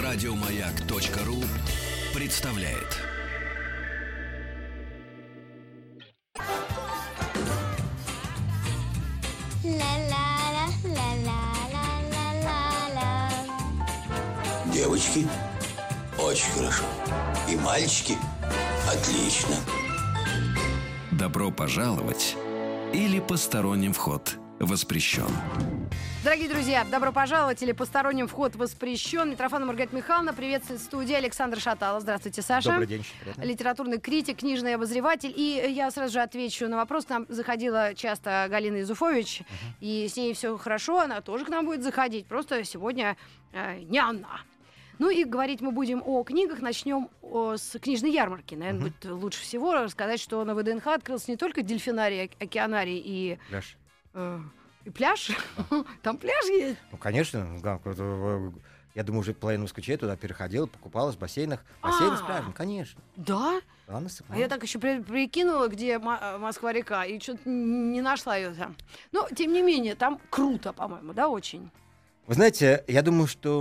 Радиомаяк.ру представляет. Девочки, очень хорошо. И мальчики, отлично. Добро пожаловать или посторонним вход воспрещен. Дорогие друзья, добро пожаловать или посторонним вход воспрещен. Митрофан Маргарита Михайловна, приветствует студия Александр Шаталов. Здравствуйте, Саша. Добрый день. Литературный критик, книжный обозреватель. И я сразу же отвечу на вопрос. К нам заходила часто Галина Юзуфович, и с ней все хорошо, она тоже к нам будет заходить. Просто сегодня не она. Ну и говорить мы будем о книгах. Начнем с книжной ярмарки. Наверное, будет лучше всего рассказать, что на ВДНХ открылся не только дельфинарий, океанарий и... Пляж. И пляж? Там пляж есть? Ну, конечно. Я думаю, уже половина москвичей туда переходила, покупалась в бассейнах. Бассейн с пляжем, конечно. Да? Да, А я так еще прикинула, где Москва-река, и что-то не нашла ее там. Но, тем не менее, там круто, по-моему, да, очень? Вы знаете, я думаю, что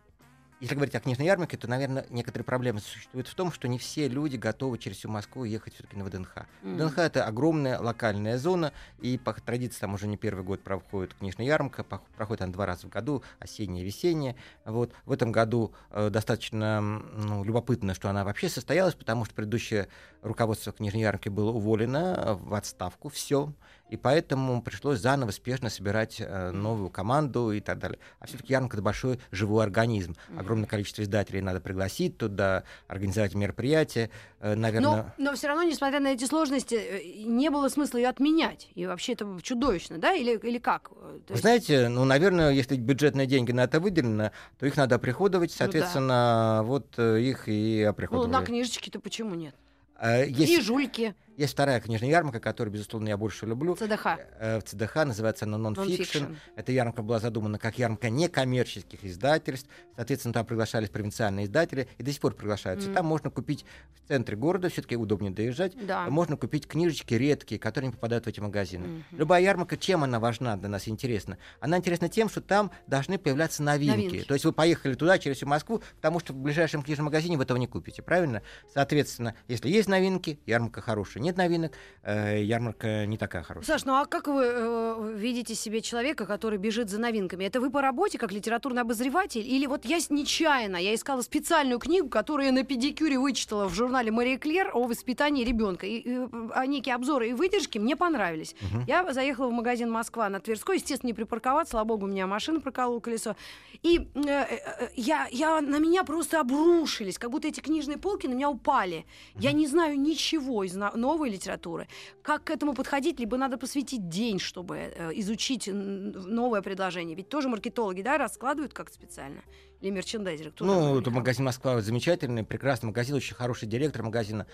если говорить о книжной ярмарке, то, наверное, некоторые проблемы существуют в том, что не все люди готовы через всю Москву ехать все-таки на ВДНХ. ВДНХ — это огромная локальная зона, и по традиции там уже не первый год проходит книжная ярмарка, проходит она 2 раза в году, осенняя и весенняя. Вот. В этом году достаточно любопытно, что она вообще состоялась, потому что предыдущее руководство книжной ярмарки было уволено в отставку, все. И поэтому пришлось заново спешно собирать новую команду и так далее. А все-таки ярмарка — это большой живой организм. Огромное количество издателей надо пригласить туда, организовать мероприятия. Наверное... Но все равно, несмотря на эти сложности, не было смысла ее отменять. И вообще это чудовищно, да? Или как? Вы знаете, наверное, если бюджетные деньги на это выделены, то их надо оприходовать, соответственно, их и оприходовали. На книжечки-то почему нет? Есть... И жульки. Есть вторая книжная ярмарка, которую, безусловно, я больше люблю. ЦДХ. В ЦДХ, называется она «Non-Fiction». Эта ярмарка была задумана как ярмарка некоммерческих издательств. Соответственно, там приглашались провинциальные издатели и до сих пор приглашаются. Там можно купить в центре города, все-таки удобнее доезжать, можно купить книжечки редкие, которые не попадают в эти магазины. Любая ярмарка, чем она важна для нас, интересна? Она интересна тем, что там должны появляться новинки. То есть вы поехали туда через всю Москву, потому что в ближайшем книжном магазине вы этого не купите, правильно? Соответственно, если есть новинки, ярмарка хорошая. Нет новинок, ярмарка не такая хорошая. Саш, а как вы видите себе человека, который бежит за новинками? Это вы по работе, как литературный обозреватель? Или вот я нечаянно, искала специальную книгу, которую я на педикюре вычитала в журнале «Мари Клер» о воспитании ребенка. И некие обзоры и выдержки мне понравились. Я заехала в магазин «Москва» на Тверской, естественно, не припарковаться, слава богу, у меня машина проколола колесо. И на меня просто обрушились, как будто эти книжные полки на меня упали. Я не знаю ничего из новой литературы. Как к этому подходить? Либо надо посвятить день, чтобы изучить новое предложение. Ведь тоже маркетологи, раскладывают как-то специально. Или мерчендайзеры. Это магазин «Москва» замечательный, прекрасный магазин, очень хороший директор магазина.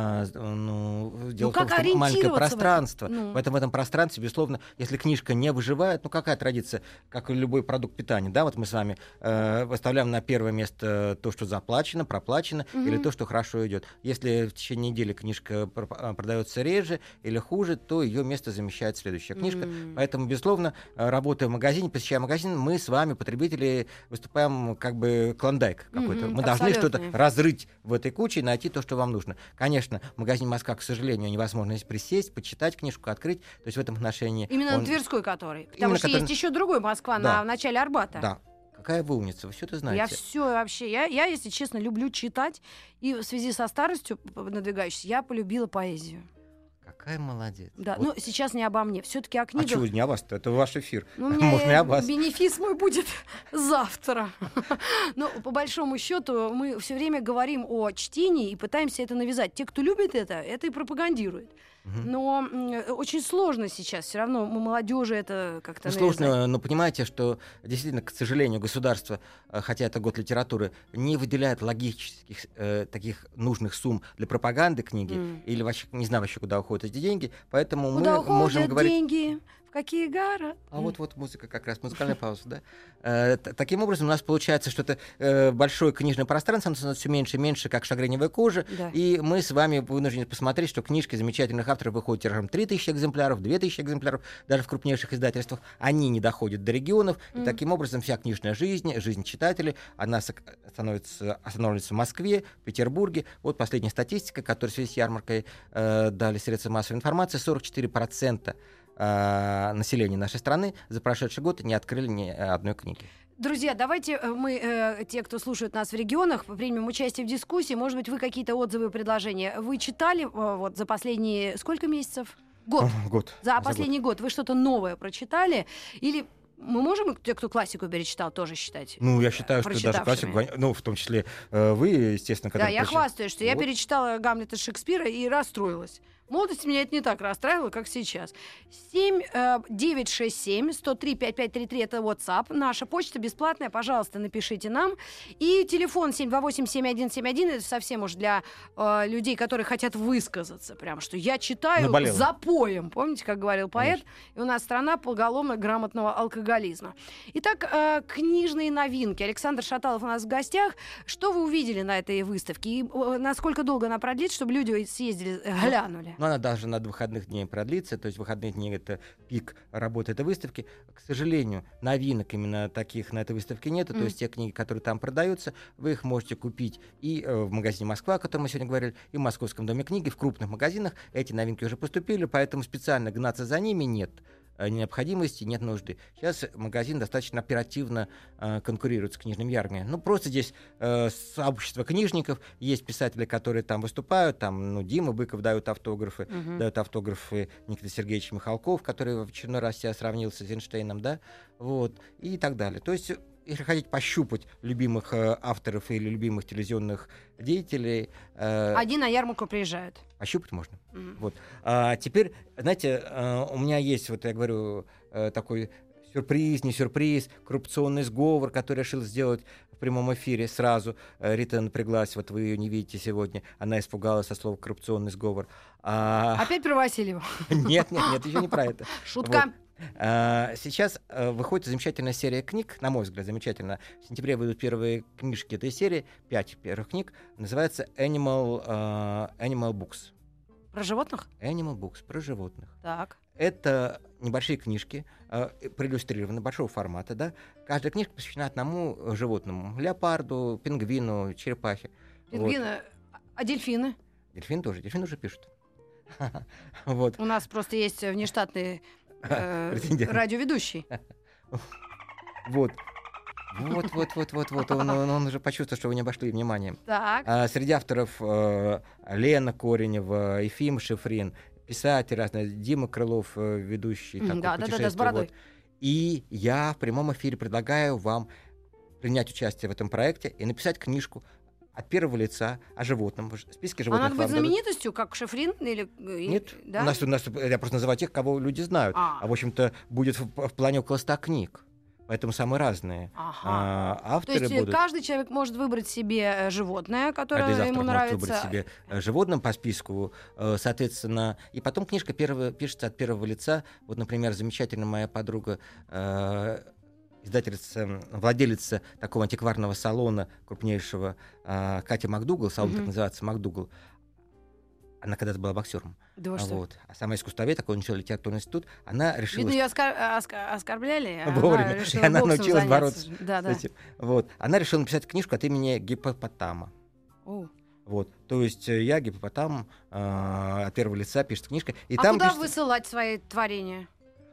Дело в том, что маленькое пространство. В этом пространстве, безусловно, если книжка не выживает, какая традиция, как и любой продукт питания, мы с вами выставляем на первое место то, что заплачено, проплачено, или то, что хорошо идет. Если в течение недели книжка продается реже или хуже, то ее место замещает следующая книжка. Поэтому, безусловно, работая в магазине, посещая магазин, мы с вами, потребители, выступаем как бы клондайк какой-то. Мы должны что-то разрыть в этой куче и найти то, что вам нужно. Конечно, в магазине «Москва», к сожалению, невозможно присесть, почитать книжку, открыть. То есть в этом отношении... Именно на Тверской который. Потому что есть еще другой «Москва» в начале Арбата. Да. Какая вы умница, вы все это знаете. Я все вообще, я, если честно, люблю читать. И в связи со старостью надвигающейся я полюбила поэзию. Какая молодец. Да, сейчас не обо мне. Все-таки о книгах... А чего не о вас-то? Это ваш эфир. Можно и о вас. Бенефис мой будет завтра. Но по большому счету мы все время говорим о чтении и пытаемся это навязать. Те, кто любит это и пропагандирует. Но очень сложно сейчас. Все равно молодежи это как-то навязать. Сложно, но понимаете, что действительно, к сожалению, государство, хотя это год литературы, не выделяет логических таких нужных сумм для пропаганды книги, или вообще не знаю вообще, куда уходят эти деньги, поэтому куда мы можем говорить... деньги? В какие горы? А вот музыка как раз, музыкальная пауза, да? Таким образом, у нас получается, что это большое книжное пространство, оно становится все меньше и меньше, как шагреневая кожа, и мы с вами вынуждены посмотреть, что книжки замечательных авторов выходят тиражом 3000 экземпляров, 2000 экземпляров, даже в крупнейших издательствах, они не доходят до регионов, и таким образом вся книжная жизнь читателей, она останавливается в Москве, в Петербурге. Вот последняя статистика, которую в связи с ярмаркой дали средства массовой информации, 44% населения нашей страны за прошедший год не открыли ни одной книги. Друзья, давайте мы, те, кто слушает нас в регионах, примем участие в дискуссии. Может быть, вы какие-то отзывы и предложения. Вы читали вот за последние сколько месяцев? Год. За последний год вы что-то новое прочитали? Или мы можем, те, кто классику перечитал, тоже считать? Ну, я считаю, что даже классику, ну, в том числе вы, естественно, когда... Да, я хвастаюсь, что я перечитала Гамлета Шекспира и расстроилась. В молодости меня это не так расстраивало, как сейчас. 7-967-103-5533 это WhatsApp. Наша почта бесплатная, пожалуйста, напишите нам. И телефон 728-7171, это совсем уж для людей, которые хотят высказаться. Прям, что я читаю запоем. Помните, как говорил поэт? Конечно. И у нас страна поголовно грамотного алкоголизма. Итак, книжные новинки. Александр Шаталов у нас в гостях. Что вы увидели на этой выставке? И насколько долго она продлится, чтобы люди съездили, глянули? Но она должна до выходных дней продлиться, то есть выходные дни — это пик работы этой выставки. К сожалению, новинок именно таких на этой выставке нет, то есть те книги, которые там продаются, вы их можете купить и в магазине «Москва», о котором мы сегодня говорили, и в Московском доме книги, в крупных магазинах. Эти новинки уже поступили, поэтому специально гнаться за ними нет необходимости, нет нужды. Сейчас магазин достаточно оперативно конкурирует с книжными ярмарками. Ну, просто здесь сообщество книжников, есть писатели, которые там выступают, там, ну, Дима Быков дают автографы, дают автографы Никита Сергеевич Михалков, который в очередной раз себя сравнил с Эйзенштейном, да, вот, и так далее. То есть, если хотите пощупать любимых авторов или любимых телевизионных деятелей... Они на ярмарку приезжают. Пощупать можно. Вот. Теперь, знаете, у меня есть, вот я говорю, такой сюрприз, не сюрприз, коррупционный сговор, который решил сделать в прямом эфире сразу. Рита напряглась, вот вы ее не видите сегодня, она испугалась со слова «коррупционный сговор». Опять про Васильева? Нет, еще не про это. Шутка. Вот. Сейчас выходит замечательная серия книг, на мой взгляд, замечательно. В сентябре выйдут первые книжки этой серии, 5 первых книг, называется Animal Books. Про животных? Animal Books, про животных. Так. Это небольшие книжки, проиллюстрированы, большого формата, да. Каждая книжка посвящена одному животному: леопарду, пингвину, черепахе. Пингвины, вот. А дельфины? Дельфины уже пишут. Вот. У нас просто есть внештатные радиоведущий. Вот. Он уже почувствовал, что вы не обошли вниманием. Среди авторов Лена Коренева, Ефим Шифрин, писатели разные, Дима Крылов, ведущий. Да, с бородой. Вот. И я в прямом эфире предлагаю вам принять участие в этом проекте и написать книжку от первого лица о животном, в списке животных. А надо быть знаменитостью, как Шифрин? Нет, да? у нас я просто называю тех, кого люди знают. А в общем-то, будет в плане около 100 книг. Поэтому самые разные авторы будут. То есть каждый человек может выбрать себе животное, которое ему нравится. Может выбрать себе животным по списку, соответственно. И потом книжка пишется от первого лица. Вот, например, замечательная моя подруга, издательница, владелица такого антикварного салона крупнейшего, Катя МакДугал, салон так называется, МакДугал. Она когда-то была боксером. Да, вот. А сама искусствовед, такой начала литературный институт, она решила... Видно, ее оскорбляли, вовремя. Она научилась бороться. Да. Вот. Она решила написать книжку от имени гиппопотама. Вот. То есть я, гиппопотам, от первого лица пишет книжка. И там куда высылать свои творения?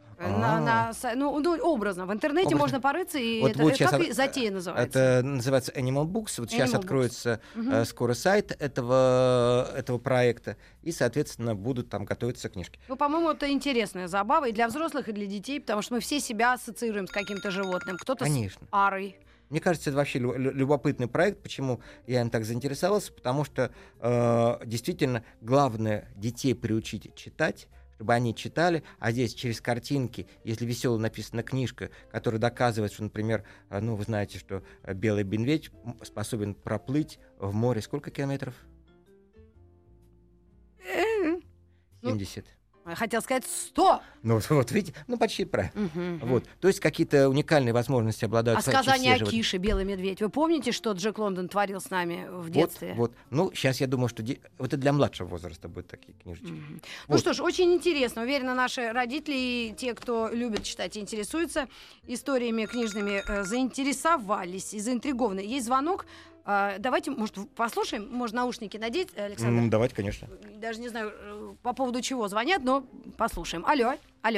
Образно. В интернете можно порыться, и вот это как затея называется? Это называется Animal Books. Вот сейчас откроется скоро сайт этого проекта, и, соответственно, будут там готовиться книжки. Ну, по-моему, это интересная забава и для взрослых, и для детей, потому что мы все себя ассоциируем с каким-то животным. Кто-то с арой. Мне кажется, это вообще любопытный проект. Почему я им так заинтересовался? Потому что действительно главное детей приучить читать, чтобы они читали, а здесь через картинки, если весело написана книжка, которая доказывает, что, например, вы знаете, что белый медведь способен проплыть в море сколько километров? 70. Хотел сказать 100. Ну, вот видите, почти правильно. Вот. То есть какие-то уникальные возможности обладают. А сказание о Кише, «Белый медведь». Вы помните, что Джек Лондон творил с нами в детстве? Вот. Ну, сейчас я думаю, что вот это для младшего возраста будут такие книжечки. Ну что ж, очень интересно. Уверена, наши родители и те, кто любит читать и интересуются историями книжными, заинтересовались и заинтригованы. Есть звонок. Давайте, может, послушаем? Можно наушники надеть, Александр? Давайте, конечно. Даже не знаю, по поводу чего звонят, но послушаем. Алло.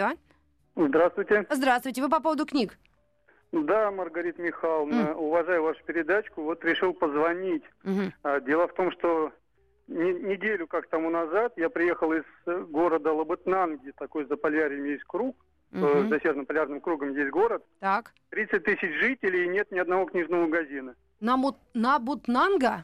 Здравствуйте. Здравствуйте. Вы по поводу книг? Да, Маргарита Михайловна, уважаю вашу передачку. Вот решил позвонить. Дело в том, что неделю как тому назад я приехал из города Лабытнанги, такой за Полярьем есть круг. За Северным полярным кругом есть город. Так. 30 тысяч жителей и нет ни одного книжного магазина. На Бутнанга?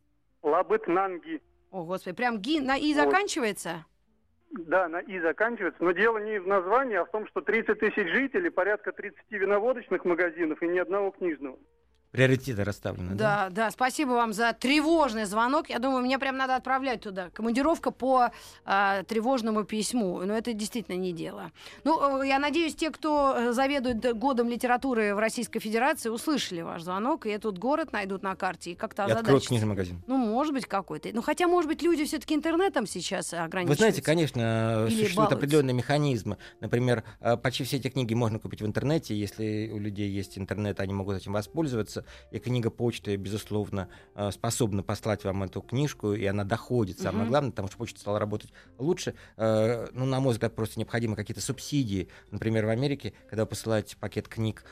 Лабытнанги. О, Господи, прям «ги» на «и» заканчивается? Да, на «и» заканчивается. Но дело не в названии, а в том, что 30 тысяч жителей, порядка 30 виноводочных магазинов и ни одного книжного. Приоритеты расставлены. Да, спасибо вам за тревожный звонок. Я думаю, мне прям надо отправлять туда. Командировка по тревожному письму. Но это действительно не дело. Ну, я надеюсь, те, кто заведует годом литературы в Российской Федерации, услышали ваш звонок, и этот город найдут на карте и как-то озадачатся. Откроют книжный магазин. Ну, может быть, какой-то. Ну, хотя, может быть, люди все-таки интернетом сейчас ограничиваются. Вы знаете, конечно, или существуют определенные механизмы. Например, почти все эти книги можно купить в интернете. Если у людей есть интернет, они могут этим воспользоваться. И книга почты, безусловно, способна послать вам эту книжку, и она доходит. Самое главное, потому что почта стала работать лучше. Ну, на мой взгляд, просто необходимы какие-то субсидии. Например, в Америке, когда вы посылаете пакет книг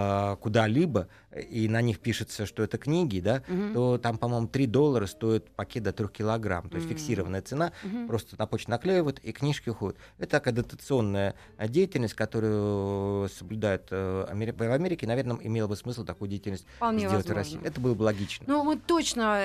куда-либо, и на них пишется, что это книги, да, то там, по-моему, $3 стоит пакет до 3 килограмм. То есть фиксированная цена, просто на почту наклеивают, и книжки уходят. Это такая дотационная деятельность, которую соблюдают в Америке. Наверное, имело бы смысл такую деятельность сделать в России. Это было бы логично. Ну, мы точно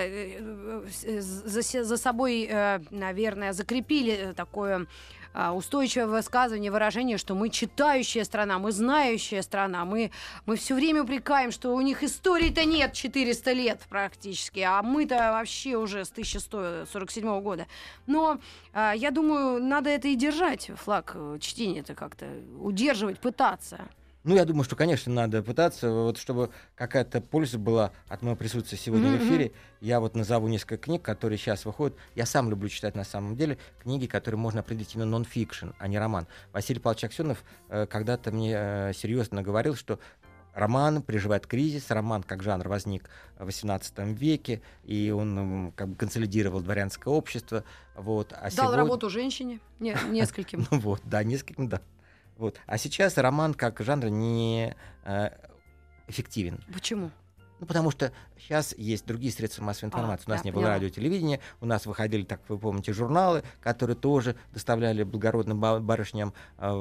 за собой, наверное, закрепили такое устойчивое высказывание, выражение, что мы читающая страна, мы знающая страна, мы все время упрекаем, что у них истории-то нет 400 лет практически, а мы-то вообще уже с 1147 года. Но я думаю, надо это и держать, флаг чтения-то как-то удерживать, пытаться. Ну, я думаю, что, конечно, надо пытаться, вот, чтобы какая-то польза была от моего присутствия сегодня в эфире. Я вот назову несколько книг, которые сейчас выходят. Я сам люблю читать, на самом деле, книги, которые можно определить именно нон-фикшн, а не роман. Василий Павлович Аксенов когда-то мне серьезно говорил, что роман переживает кризис, роман как жанр возник в XVIII веке, и он как бы консолидировал дворянское общество. Вот, дал сегодня работу женщине, нескольким. Ну вот, да, нескольким, да. Вот. А сейчас роман как жанр не эффективен. Почему? Ну, потому что сейчас есть другие средства массовой информации. У нас не было радио, телевидения, у нас выходили, так вы помните, журналы, которые тоже доставляли благородным барышням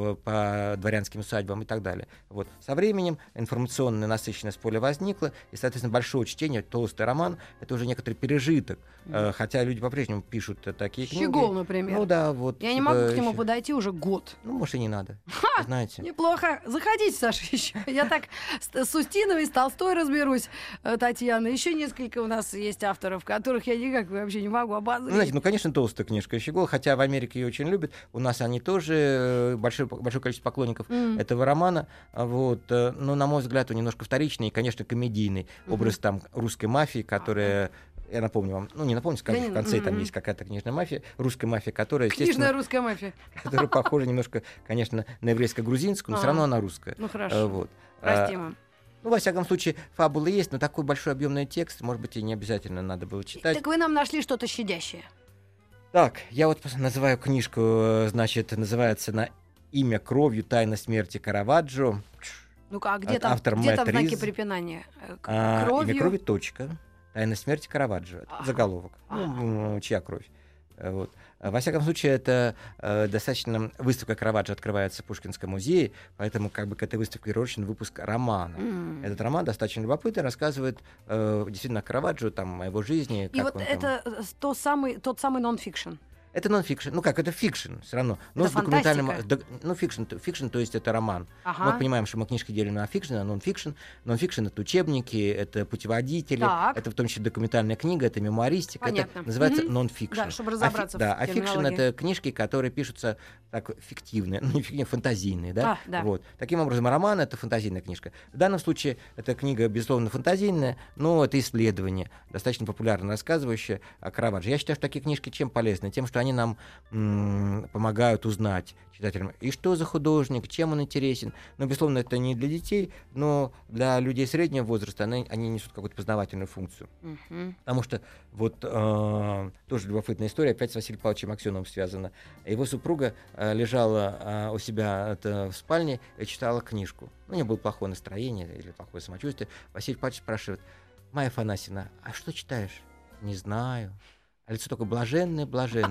по дворянским усадьбам и так далее. Вот. Со временем информационная насыщенность поля возникла, и, соответственно, большое чтение, толстый роман — это уже некоторый пережиток. Хотя люди по-прежнему пишут такие книги. Щегол, например. Ну да, вот. Я не могу к нему подойти уже год. Ну, может, и не надо. Знаете. Неплохо. Заходите, Саша, еще. Я так с Устиновой, с Толстой разберусь. Татьяна. Еще несколько у нас есть авторов, которых я никак вообще не могу обозрить. Знаете, ну, конечно, толстая книжка «Щегол», хотя в Америке ее очень любят. У нас они тоже, большое количество поклонников этого романа. Вот. Но, на мой взгляд, он немножко вторичный и, конечно, комедийный. Образ там русской мафии, которая... Я напомню вам, ну не напомню, скажу, в конце там есть какая-то книжная мафия, русская мафия, которая, естественно... Книжная русская мафия. Которая похожа немножко, конечно, на еврейско-грузинскую, но все равно она русская. Ну хорошо, вот. Простим. Ну, во всяком случае, фабулы есть, но такой большой объемный текст, может быть, и не обязательно надо было читать. Так вы нам нашли что-то щадящее. Так, я вот называю книжку, значит, называется «На имя кровью. Тайна смерти Караваджо». Ну-ка, а где там знаки препинания? Имя крови, точка. «Тайна смерти Караваджо». Это заголовок. Ну, чья кровь? Вот. Во всяком случае, это достаточно... Выставка Караваджо открывается в Пушкинском музее, поэтому как бы к этой выставке приурочен выпуск романа. Этот роман достаточно любопытный, рассказывает действительно о Караваджо, там, о его жизни. И вот это тот самый нон-фикшн. Это нон-фикшн. Ну как, это фикшн все равно. Но это с документальным... Ну, фикшн, то есть это роман. Мы понимаем, что мы книжки делим на фикшн, на нон-фикшн. Нон-фикшн — это учебники, это путеводители, это в том числе документальная книга, это мемуаристика. Понятно. Это называется нон-фикшн. Да, чтобы разобраться в фикшн — это книжки, которые пишутся так фиктивные, ну не фиктивные, фантазийные, да? Вот. Таким образом, роман — это фантазийная книжка. В данном случае эта книга, безусловно, фантазийная, но это исследование, достаточно популярно рассказывающее о Караваджо. Я считаю, что такие книжки чем полезны? Тем, что они нам помогают узнать читателям, и что за художник, чем он интересен. Но, безусловно, это не для детей, но для людей среднего возраста они несут какую-то познавательную функцию. Потому что вот тоже любопытная история, опять с Василием Павловичем Аксеновым связана. Его супруга лежала у себя в спальне и читала книжку. У нее было плохое настроение или плохое самочувствие. Василий Павлович спрашивает: Майя Афанасьевна, а что читаешь? Не знаю. А лицо такое блаженное.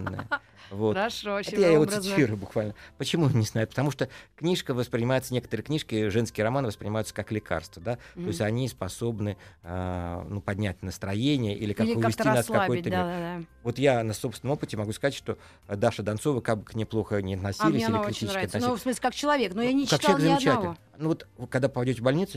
Вот. Хорошо, очень это я его цитирую буквально. Почему, не знаю. Потому что книжка воспринимается, некоторые книжки, женские романы воспринимаются как лекарство. Да? То есть они способны поднять настроение или как увести нас в какой-то мир. Вот я на собственном опыте могу сказать, что Даша Донцова, как бы к ней плохо не относились или критически относились. Ну, в смысле, как человек, но я не читала ни одного. Ну вот, когда попадете в больницу,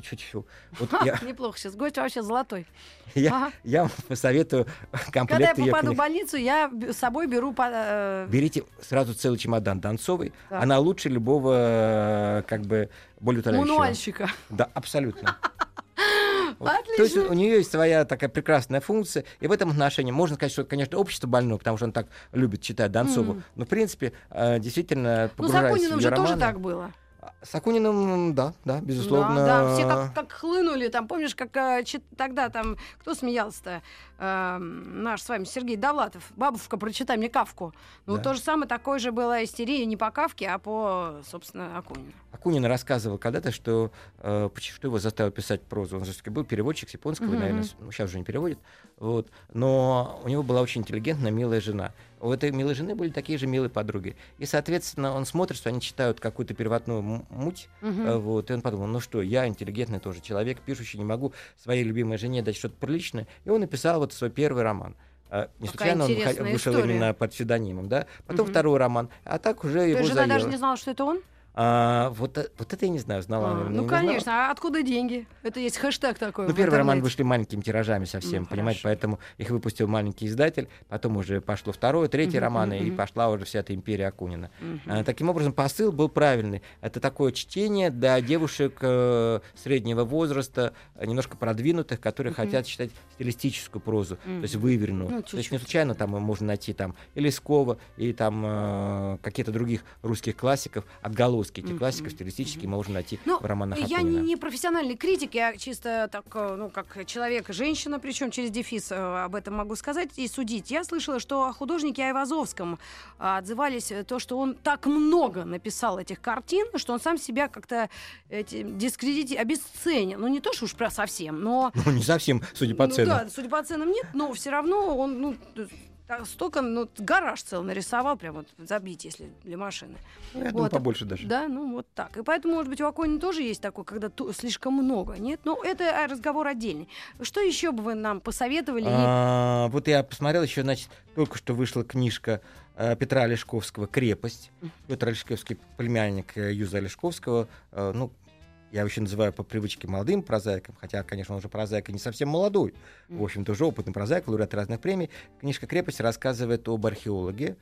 неплохо сейчас, гость вообще золотой. Я вам посоветую комплект ее книг. Когда я попаду в больницу, я с собой беру... Берите сразу целый чемодан Донцовой. Она лучше любого, болеутоляющего. Мануальщика. Да, абсолютно. Отлично. То есть у нее есть своя такая прекрасная функция, и в этом отношении можно сказать, что, конечно, общество больное, потому что он так любит читать Донцову, но, в принципе, действительно погружаясь в ее романы... Ну, с Акуниным же тоже так было. С Акуниным, да, безусловно. Да, все как хлынули, там, помнишь, как тогда там, кто смеялся-то? Наш с вами Сергей Довлатов. Бабушка, прочитай мне Кафку. Ну, то же самое, такой же была истерия не по Кафке, а по, собственно, Акунину. Акунин рассказывал когда-то, что его заставил писать прозу. Он же был переводчик с японского, наверное, сейчас уже не переводит. Вот. Но у него была очень интеллигентная, милая жена. У этой милой жены были такие же милые подруги. И, соответственно, он смотрит, что они читают какую-то переводную муть, вот, и он подумал, ну что, я интеллигентный тоже человек, пишущий, не могу своей любимой жене дать что-то приличное. И он написал вот свой первый роман. Не случайно он вышел именно под псевдонимом, да? Потом второй роман, а так уже его заело. Жена даже не знала, что это он? Вот это я не знаю, знала, наверное. Ну, конечно, а откуда деньги? Это есть хэштег такой. Ну, первый роман вышли маленькими тиражами совсем, понимаете, поэтому их выпустил маленький издатель, потом уже пошло второй, третий роман, и пошла уже вся эта империя Акунина. Таким образом, посыл был правильный. Это такое чтение для девушек среднего возраста, немножко продвинутых, которые хотят читать стилистическую прозу, то есть выверенную. То есть не случайно там можно найти там и Лескова, и там каких-то других русских классиков, отголоски этих классиков стилистически можно найти в романах Акунина. Я не профессиональный критик, я чисто так, как человек, женщина, причем через дефис об этом могу сказать и судить. Я слышала, что о художнике Айвазовском отзывались то, что он так много написал этих картин, что он сам себя как-то обесценил. Ну, не то, что уж прям совсем, но... Ну, не совсем, судя по ценам. Да, судя по ценам нет, но все равно он, столько, гараж целый нарисовал, прям вот забить, если для машины. Я думаю, побольше даже. Да, вот так. И поэтому, может быть, у Акунина тоже есть такой, когда слишком много, нет? Но это разговор отдельный. Что еще бы вы нам посоветовали? Вот я посмотрел еще, значит, только что вышла книжка Петра Олешковского «Крепость». Петр Олешковский — племянник Юза Олешковского, я его еще называю по привычке молодым прозаиком, хотя, конечно, он уже прозаик и не совсем молодой. В общем-то, уже опытный прозаик, лауреат разных премий. Книжка «Крепость» рассказывает об археологе,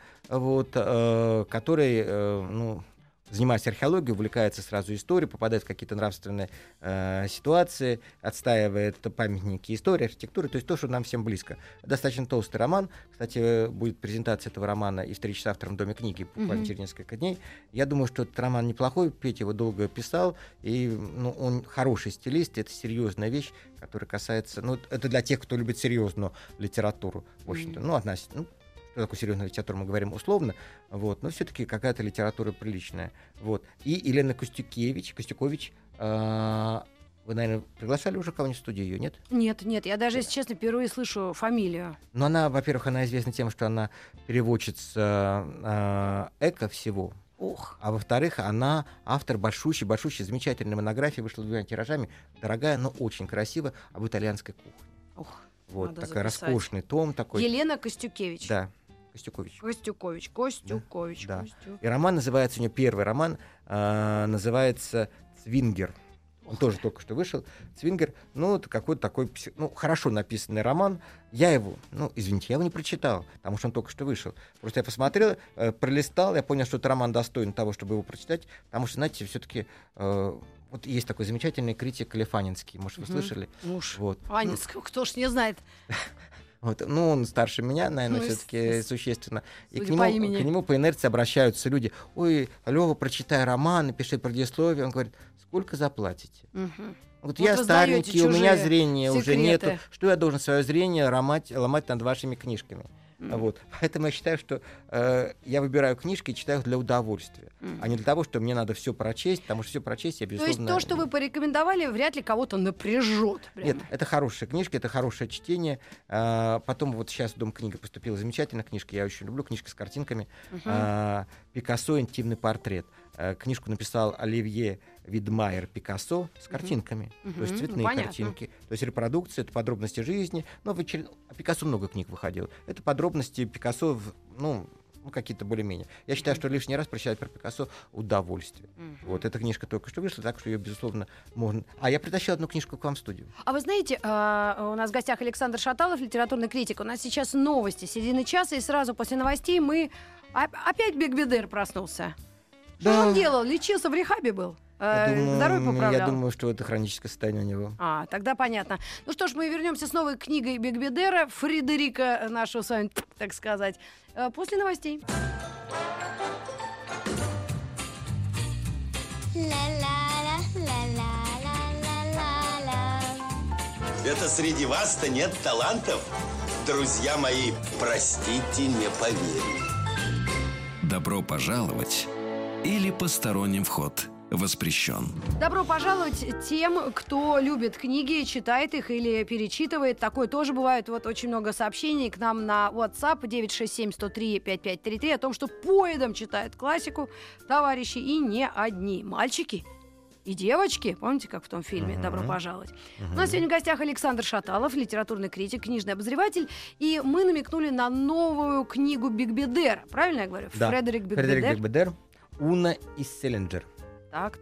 который, занимаясь археологией, увлекается сразу историей, попадает в какие-то нравственные ситуации, отстаивает памятники истории, архитектуры, то есть то, что нам всем близко. Достаточно толстый роман. Кстати, будет презентация этого романа и встреча с автором в Доме книги буквально через несколько дней. Я думаю, что этот роман неплохой, Петя его долго писал, и он хороший стилист, это серьезная вещь, которая касается... это для тех, кто любит серьезную литературу, в общем-то, относительно... Что такое серьезная литература, мы говорим условно, но все-таки какая-то литература приличная. И Елена Костюкович, вы, наверное, приглашали уже кого-нибудь в студию ее, нет? Нет, я даже, если честно, впервые слышу фамилию. Но она, во-первых, она известна тем, что она переводчица эко всего. А во-вторых, она автор большущей, замечательной монографии, вышла 2 тиражами, дорогая, но очень красивая, об итальянской кухне. Надо такой записать. роскошный том такой. Елена Костюкевич. Да. Костюкович. Да. И роман называется, у него первый роман называется «Цвингер». Он тоже только что вышел. «Цвингер», это какой-то такой, хорошо написанный роман. Я его, извините, я его не прочитал, потому что он только что вышел. Просто я посмотрел, пролистал, я понял, что это роман достоин того, чтобы его прочитать, потому что, знаете, все-таки вот есть такой замечательный критик Лев Анинский, может, вы слышали? Анинский, кто ж не знает. Он старше меня, наверное, все-таки существенно. И к нему по инерции обращаются люди. Ой, Лёва, прочитай роман, напиши предисловие. Он говорит, сколько заплатите? Я старенький, у меня зрения уже нету. Что я должен свое зрение ломать над вашими книжками? Поэтому я считаю, что я выбираю книжки и читаю их для удовольствия, а не для того, что мне надо все прочесть, потому что все прочесть я, безусловно... То есть то, что вы порекомендовали, вряд ли кого-то напряжет. Нет, это хорошая книжка, это хорошее чтение. Потом сейчас в Дом книга поступила замечательная книжка, я очень люблю, книжка с картинками. «Пикассо. Интимный портрет». Книжку написал Оливье Видмайер Пикассо с картинками, то есть цветные картинки, то есть репродукция, это подробности жизни. Пикассо много книг выходило. Это подробности Пикассо, какие-то более-менее. Я считаю, что лишний раз прочитать про Пикассо удовольствие. Эта книжка только что вышла, так что ее, безусловно, можно... Я притащил одну книжку к вам в студию. А вы знаете, у нас в гостях Александр Шаталов, литературный критик. У нас сейчас новости середины часа, и сразу после новостей мы... Опять Бигбедер проснулся. Что он делал? Лечился, в рехабе был? Здоровье поправлял? Я думаю, что это хроническое состояние у него. Тогда понятно. Ну что ж, мы вернемся с новой книгой Бигбедера, Фредерика нашего с вами, так сказать, после новостей. Это среди вас-то нет талантов? Друзья мои, простите, не поверю. Добро пожаловать или посторонним вход воспрещен. Добро пожаловать тем, кто любит книги, читает их или перечитывает. Такое тоже бывает. Очень много сообщений к нам на WhatsApp 967-103-5533 о том, что поедом читают классику товарищи, и не одни. Мальчики и девочки. Помните, как в том фильме «Добро пожаловать». У нас сегодня в гостях Александр Шаталов, литературный критик, книжный обозреватель. И мы намекнули на новую книгу Бигбедера. Правильно я говорю? Да. Фредерик Бигбедер. «Уна и Селлинджер». Так.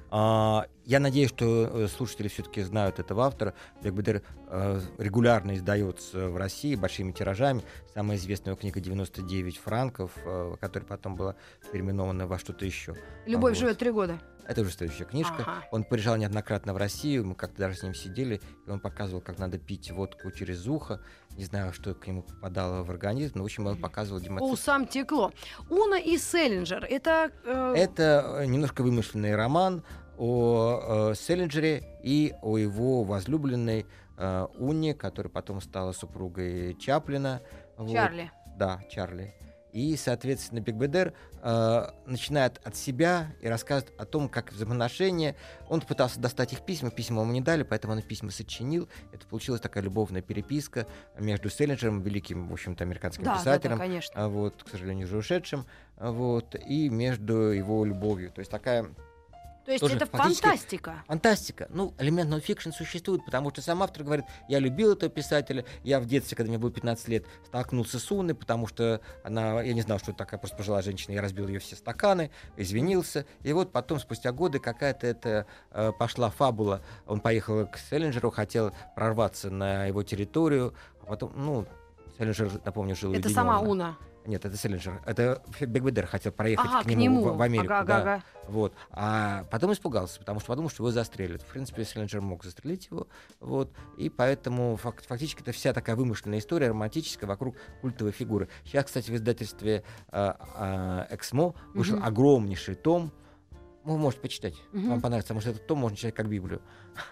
Я надеюсь, что слушатели все-таки знают этого автора. Бигбедер регулярно издается в России большими тиражами. Самая известная его книга «99 франков», которая потом была переименована во что-то еще. «Любовь живет 3 года». Это уже следующая книжка. Он приезжал неоднократно в Россию, мы как-то даже с ним сидели, и он показывал, как надо пить водку через ухо. Не знаю, что к нему попадало в организм, но, в общем, он показывал демонстрацию. По усам текло. «Уна и Селлинджер» — это... Это немножко вымышленный роман о Селлинджере и о его возлюбленной Уне, которая потом стала супругой Чаплина. Чарли. Да, Чарли. И, соответственно, Бигбедер начинает от себя и рассказывает о том, как взаимоотношения. Он пытался достать их письма ему не дали, поэтому он письма сочинил. Это получилась такая любовная переписка между Селлинджером, великим, в общем-то, американским писателем, к сожалению, уже ушедшим, и между его любовью. То есть такая... То есть это фантастика? Фантастика. Элемент нон-фикшн существует, потому что сам автор говорит, я любил этого писателя, я в детстве, когда мне было 15 лет, столкнулся с Уной, потому что я не знал, что это такая просто пожилая женщина, я разбил ее все стаканы, извинился, и потом, спустя годы, какая-то пошла фабула, он поехал к Селлинджеру, хотел прорваться на его территорию, а потом, Селлинджер, напомню, жил уединенно. Это сама Уна? Нет, это Селлинджер. Это Бигбедер хотел проехать к нему в Америку. Ага. А потом испугался, потому что подумал, что его застрелят. В принципе, Селлинджер мог застрелить его. И поэтому фактически это вся такая вымышленная история, романтическая, вокруг культовой фигуры. Сейчас, кстати, в издательстве «Эксмо» вышел огромнейший том. Вы можете почитать. Вам понравится, потому что этот том можно читать как Библию.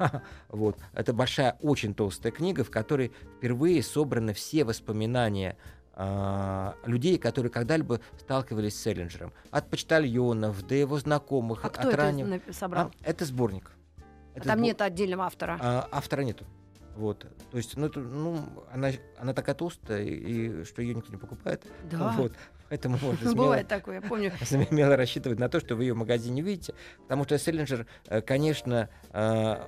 Это большая, очень толстая книга, в которой впервые собраны все воспоминания людей, которые когда-либо сталкивались с Селлинджером. От почтальонов до его знакомых. А кто это собрал? Это сборник. Там нет отдельного автора? Автора нету. То есть, она такая толстая, и что ее никто не покупает. Да. Поэтому можно бывает такое, я помню. Смело рассчитывать на то, что вы ее в магазине увидите. Потому что Селлинджер, конечно,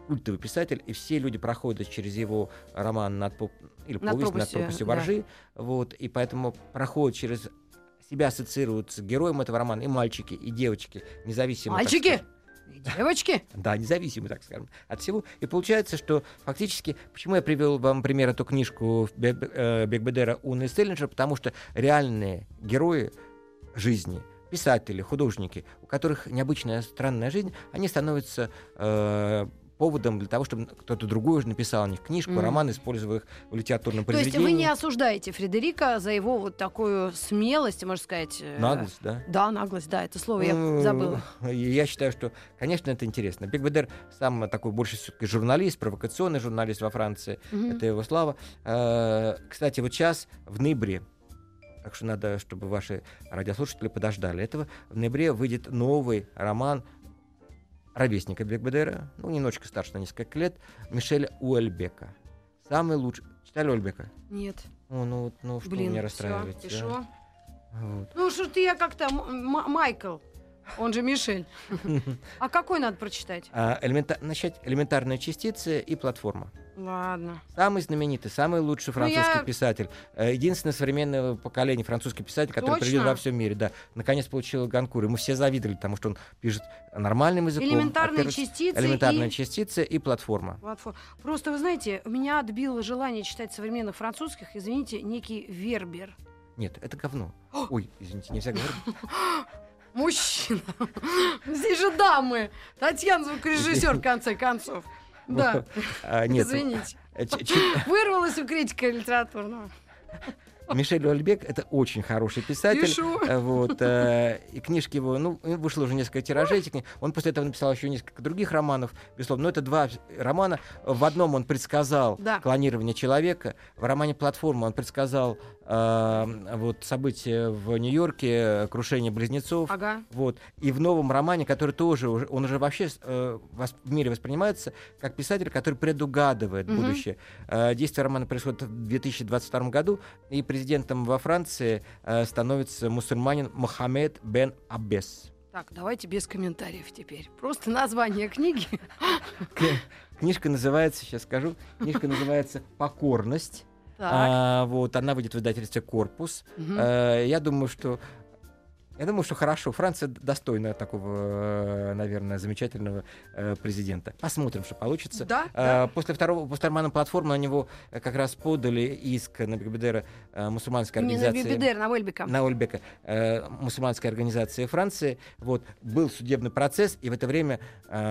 культовый писатель, и все люди проходят через его роман «Над пропастью воржи», вот, и поэтому проходят через себя, ассоциируются с героем этого романа и мальчики, и девочки, независимо... Мальчики! И девочки? Да, независимо, так скажем, от всего. И получается, что фактически... Почему я привел вам пример эту книжку Бекбедера «Уна и Селлинджер», потому что реальные герои жизни, писатели, художники, у которых необычная странная жизнь, они становятся поводом для того, чтобы кто-то другой уже написал о них книжку, роман, используя их в литературном произведении. То есть вы не осуждаете Фредерика за его вот такую смелость, можно сказать... Наглость, да? Да, наглость, да, это слово я забыла. Я считаю, что, конечно, это интересно. Бекбедер сам такой больше все-таки журналист, провокационный журналист во Франции. Это его слава. Кстати, вот сейчас, в ноябре, так что надо, чтобы ваши радиослушатели подождали этого, в ноябре выйдет новый роман ровесника Бекбедера, немножечко старше на несколько лет, Мишеля Уэльбека. Самый лучший... Читали Уэльбека? Нет. Что меня расстраивает. Всё, вот. Что-то я как-то... Майкл, он же Мишель. А какой надо прочитать? Начать «Элементарные частицы» и «Платформа». Ладно. Самый знаменитый, самый лучший французский писатель. Единственное современное поколение французский писатель, который приведен во всем мире. Да, наконец получил Гонкур. И мы все завидовали, потому что он пишет нормальным языком. Элементарные частицы и «Платформа». Просто, вы знаете, меня отбило желание читать современных французских, извините, некий Вербер. Нет, это говно. Ой, извините, нельзя говорить. Мужчина. Здесь же дамы. Татьяна, звукорежиссер, в конце концов. Да. Извините. Вырвалась у критика литературного. Мишель Уэльбек — это очень хороший писатель. И книжки его, вышло уже несколько тиражей. Он после этого написал еще несколько других романов, безусловно. Но это два романа. В одном он предсказал клонирование человека. В романе «Платформа» он предсказал события в Нью-Йорке, крушение близнецов. И в новом романе, который тоже, он уже вообще в мире воспринимается как писатель, который предугадывает будущее. Действие романа происходит в 2022 году, и президентом во Франции становится мусульманин Мохаммед бен Аббес. Так, давайте без комментариев теперь. Просто название книги. Книжка называется, сейчас скажу, «Покорность». Она выйдет в издательстве «Корпус». Я думаю, что хорошо. Франция достойна такого, наверное, замечательного президента. Посмотрим, что получится. После романа «Платформа» на него как раз подали иск на Бекбедера мусульманской организации. Не на Бекбедера, на Уэльбека. На Уэльбека, мусульманской организации Франции. Был судебный процесс, и в это время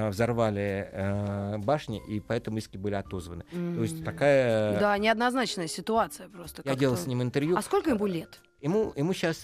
взорвали башни, и поэтому иски были отозваны. То есть такая... Да, неоднозначная ситуация просто. Я делал с ним интервью. А сколько ему лет? Ему сейчас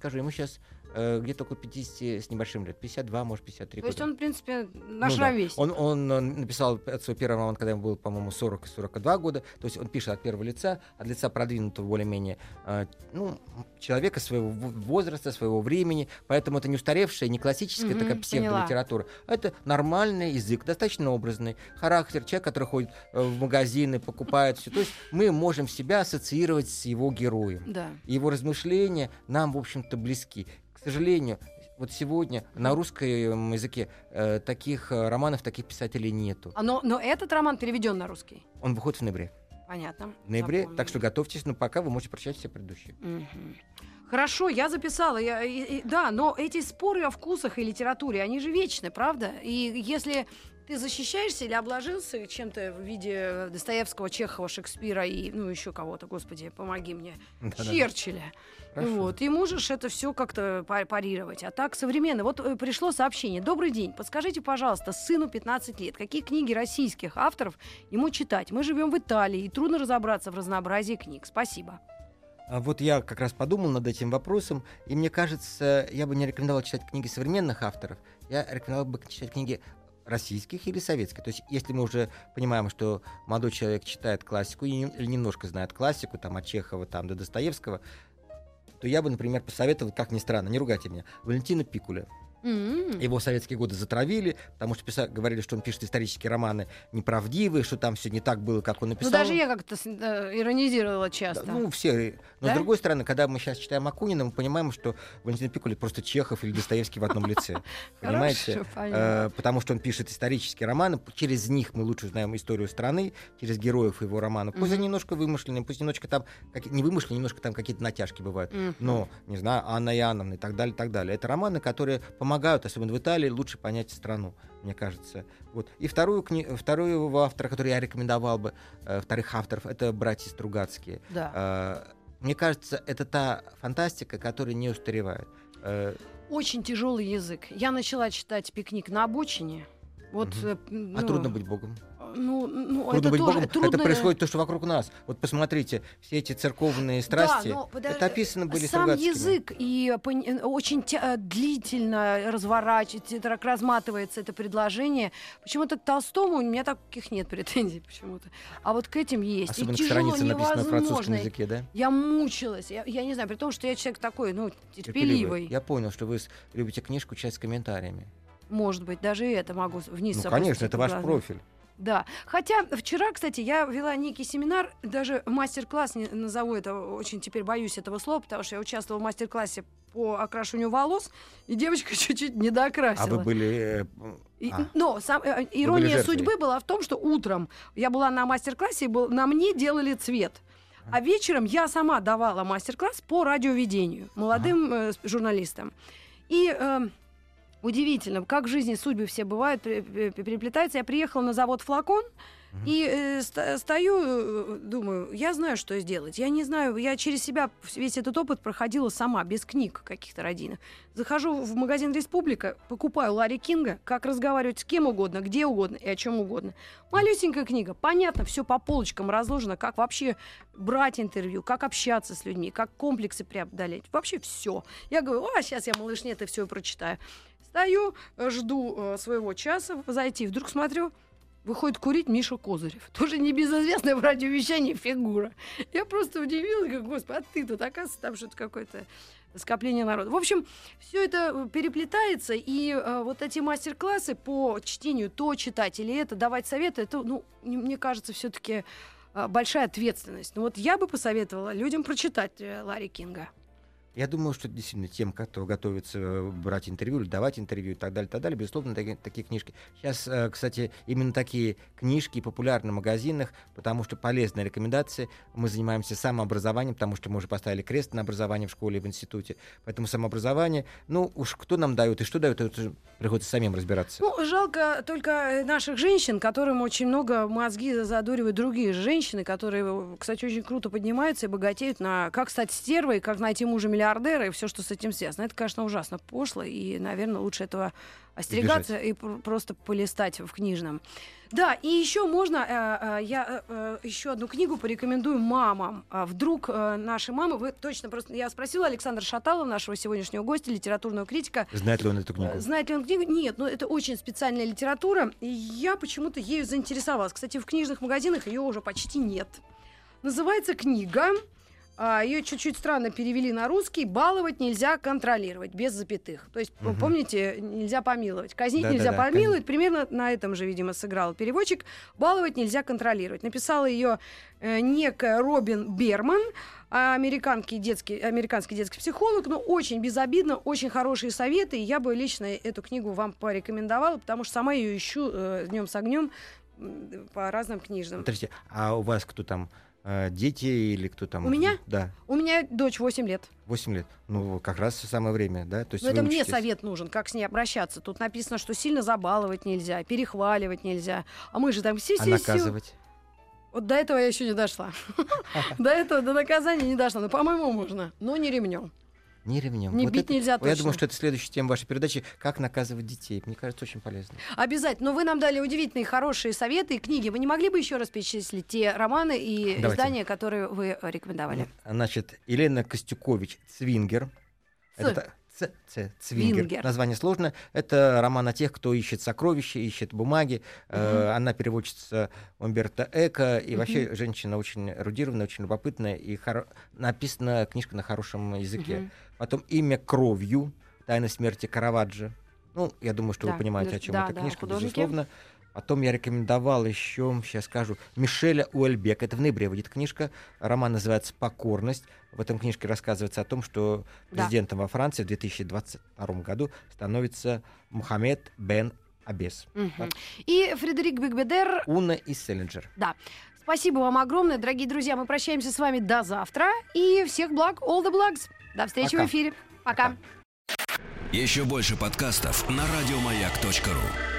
где-то около 50 с небольшим лет. 52, может, 53 года. То есть он, в принципе, наш ровесник. Он написал свой первый роман, когда ему было, по-моему, 40-42 года. То есть он пишет от первого лица, от лица продвинутого более-менее человека своего возраста, своего времени. Поэтому это не устаревшая, не классическая такая псевдолитература. Это нормальный язык, достаточно образный. Характер, человек, который ходит в магазины, покупает все. То есть мы можем себя ассоциировать с его героем. Да. Его размышления нам, в общем-то, близки. К сожалению, сегодня на русском языке таких романов, таких писателей нету. Но этот роман переведен на русский? Он выходит в ноябре. Понятно. В ноябре, запомнили. Так что готовьтесь, но пока вы можете прочитать все предыдущие. Хорошо, я записала. Да, но эти споры о вкусах и литературе, они же вечны, правда? И если ты защищаешься или обложился чем-то в виде Достоевского, Чехова, Шекспира и, еще кого-то, господи, помоги мне, Черчилля. И можешь это все как-то парировать. А так современно. Пришло сообщение. Добрый день. Подскажите, пожалуйста, сыну 15 лет, какие книги российских авторов ему читать? Мы живем в Италии, и трудно разобраться в разнообразии книг. Спасибо. Я как раз подумал над этим вопросом, и мне кажется, я бы не рекомендовал читать книги современных авторов. Я рекомендовал бы читать книги российских или советских. То есть, если мы уже понимаем, что молодой человек читает классику или немножко знает классику, от Чехова до Достоевского, то я бы, например, посоветовал, как ни странно, не ругайте меня, Валентина Пикуля. Его в советские годы затравили, потому что говорили, что он пишет исторические романы неправдивые, что там все не так было, как он написал. Ну, даже я как-то иронизировала часто. Да, ну, все. Но, с другой стороны, когда мы сейчас читаем Акунина, мы понимаем, что Валентин Пикуля просто Чехов или Достоевский в одном лице. Понимаете? Потому что он пишет исторические романы, через них мы лучше знаем историю страны, через героев его романа. Пусть они немножко вымышленные, пусть немножко там, не вымышленные, немножко там какие-то натяжки бывают. Но, не знаю, Анна Иоанновна и так далее, и так далее. Это романы, которые помогают, особенно в Италии, лучше понять страну, мне кажется. Вот. И второго автора, который я рекомендовал бы, вторых авторов, это братья Стругацкие. Да. Мне кажется, это та фантастика, которая не устаревает. Очень тяжелый язык. Я начала читать «Пикник на обочине». Вот, трудно быть Богом. Трудно это быть Богом. Трудно... Это происходит то, что вокруг нас. Вот посмотрите, все эти церковные страсти, это описано были сам Стругацкими. язык и очень длительно разворачивается, так разматывается это предложение. Почему-то к Толстому у меня таких нет претензий почему-то. А вот к этим есть. Особенно и тяжело, страница, написанная на французском невозможно. языке, да? Я мучилась. Я не знаю, при том, что я человек такой, терпеливый. Я понял, что вы любите книжку читать с комментариями. Может быть, даже это могу вниз опустить. Конечно, это ваш профиль. Да. Хотя вчера, кстати, я вела некий семинар, даже мастер-класс, не назову это, очень теперь боюсь этого слова, потому что я участвовала в мастер-классе по окрашиванию волос, и девочка чуть-чуть не докрасила. А вы были... Но ирония судьбы была в том, что утром я была на мастер-классе, и на мне делали цвет. А вечером я сама давала мастер-класс по радиоведению молодым журналистам. И... удивительно, как в жизни судьбы все бывают, переплетаются. Я приехала на завод «Флакон», и стою, думаю, я знаю, что сделать. Я не знаю, я через себя весь этот опыт проходила сама, без книг каких-то родийных. Захожу в магазин «Республика», покупаю Ларри Кинга, как разговаривать с кем угодно, где угодно и о чем угодно. Малюсенькая книга, понятно, все по полочкам разложено, как вообще брать интервью, как общаться с людьми, как комплексы преодолеть. Вообще все. Я говорю, сейчас я, малыш, нет, и все прочитаю. Стою, жду своего часа зайти, вдруг смотрю, выходит курить Миша Козырев. Тоже небезызвестная в радиовещании фигура. Я просто удивилась, как, господи, а ты тут, оказывается, там что-то какое-то скопление народа. В общем, все это переплетается, и вот эти мастер-классы по чтению, то читать или это, давать советы, это, мне кажется, все-таки большая ответственность. Вот я бы посоветовала людям прочитать Ларри Кинга. Я думаю, что действительно тем, кто готовится брать интервью или давать интервью и так далее, безусловно, такие книжки. Сейчас, кстати, именно такие книжки популярны в магазинах, потому что полезные рекомендации. Мы занимаемся самообразованием, потому что мы уже поставили крест на образование в школе и в институте. Поэтому самообразование, уж кто нам дает и что дает, это приходится самим разбираться. Жалко только наших женщин, которым очень много мозги задуривают другие женщины, которые, кстати, очень круто поднимаются и богатеют на как стать стервой, как найти мужа миллиардера и все, что с этим связано. Это, конечно, ужасно пошло, и, наверное, лучше этого остерегаться и просто полистать в книжном. Да, и еще можно, я еще одну книгу порекомендую мамам. Вдруг наши мамы, вы точно просто... Я спросила Александра Шаталова, нашего сегодняшнего гостя, литературного критика. Знает ли он эту книгу? Знает ли он книгу? Нет, но это очень специальная литература, и я почему-то ею заинтересовалась. Кстати, в книжных магазинах ее уже почти нет. Называется книга... Ее чуть-чуть странно перевели на русский. «Баловать нельзя контролировать», без запятых. То есть, помните, нельзя помиловать. Казнить нельзя помиловать. Примерно на этом же, видимо, сыграл переводчик. «Баловать нельзя контролировать». Написала ее некая Робин Берман, американский детский психолог, но очень безобидно, очень хорошие советы. И я бы лично эту книгу вам порекомендовала, потому что сама ее ищу днем с огнем по разным книжным. Подождите, а у вас кто там? Дети или кто там? У меня? Да. У меня дочь 8 лет. 8 лет. Как раз самое время, да? То есть это мне совет нужен, как с ней обращаться. Тут написано, что сильно забаловать нельзя, перехваливать нельзя. А мы же там все. А наказывать? Вот до этого я еще не дошла. До наказания не дошла. Но, по-моему, можно. Но не ремнем. Не ремнем. Не бить нельзя точно. Я думаю, что это следующая тема вашей передачи. Как наказывать детей. Мне кажется, очень полезно. Обязательно. Но вы нам дали удивительные, хорошие советы и книги. Вы не могли бы еще раз перечислить те романы и издания, которые вы рекомендовали? Значит, Елена Костюкович «Цвингер». Цвингер. Название сложное. Это роман о тех, кто ищет сокровища, ищет бумаги. Она переводчица Умберто Эко. И вообще женщина очень эрудированная, очень любопытная. И написана книжка на хорошем языке. Потом «Имя кровью». Тайна смерти Караваджо. Ну, я думаю, что вы понимаете, о чем эта книжка, безусловно. Потом я рекомендовал еще, сейчас скажу, Мишеля Уэльбека. Это в ноябре выйдет книжка. Роман называется «Покорность». В этом книжке рассказывается о том, что президентом во Франции в 2022 году становится Мухаммед бен Абес. И Фредерик Бекбедер. Уна и Селлинджер. Да. Спасибо вам огромное, дорогие друзья. Мы прощаемся с вами до завтра. И всех благ, all the blogs. До встречи в эфире. Пока. Еще больше подкастов на радиомаяк.ру.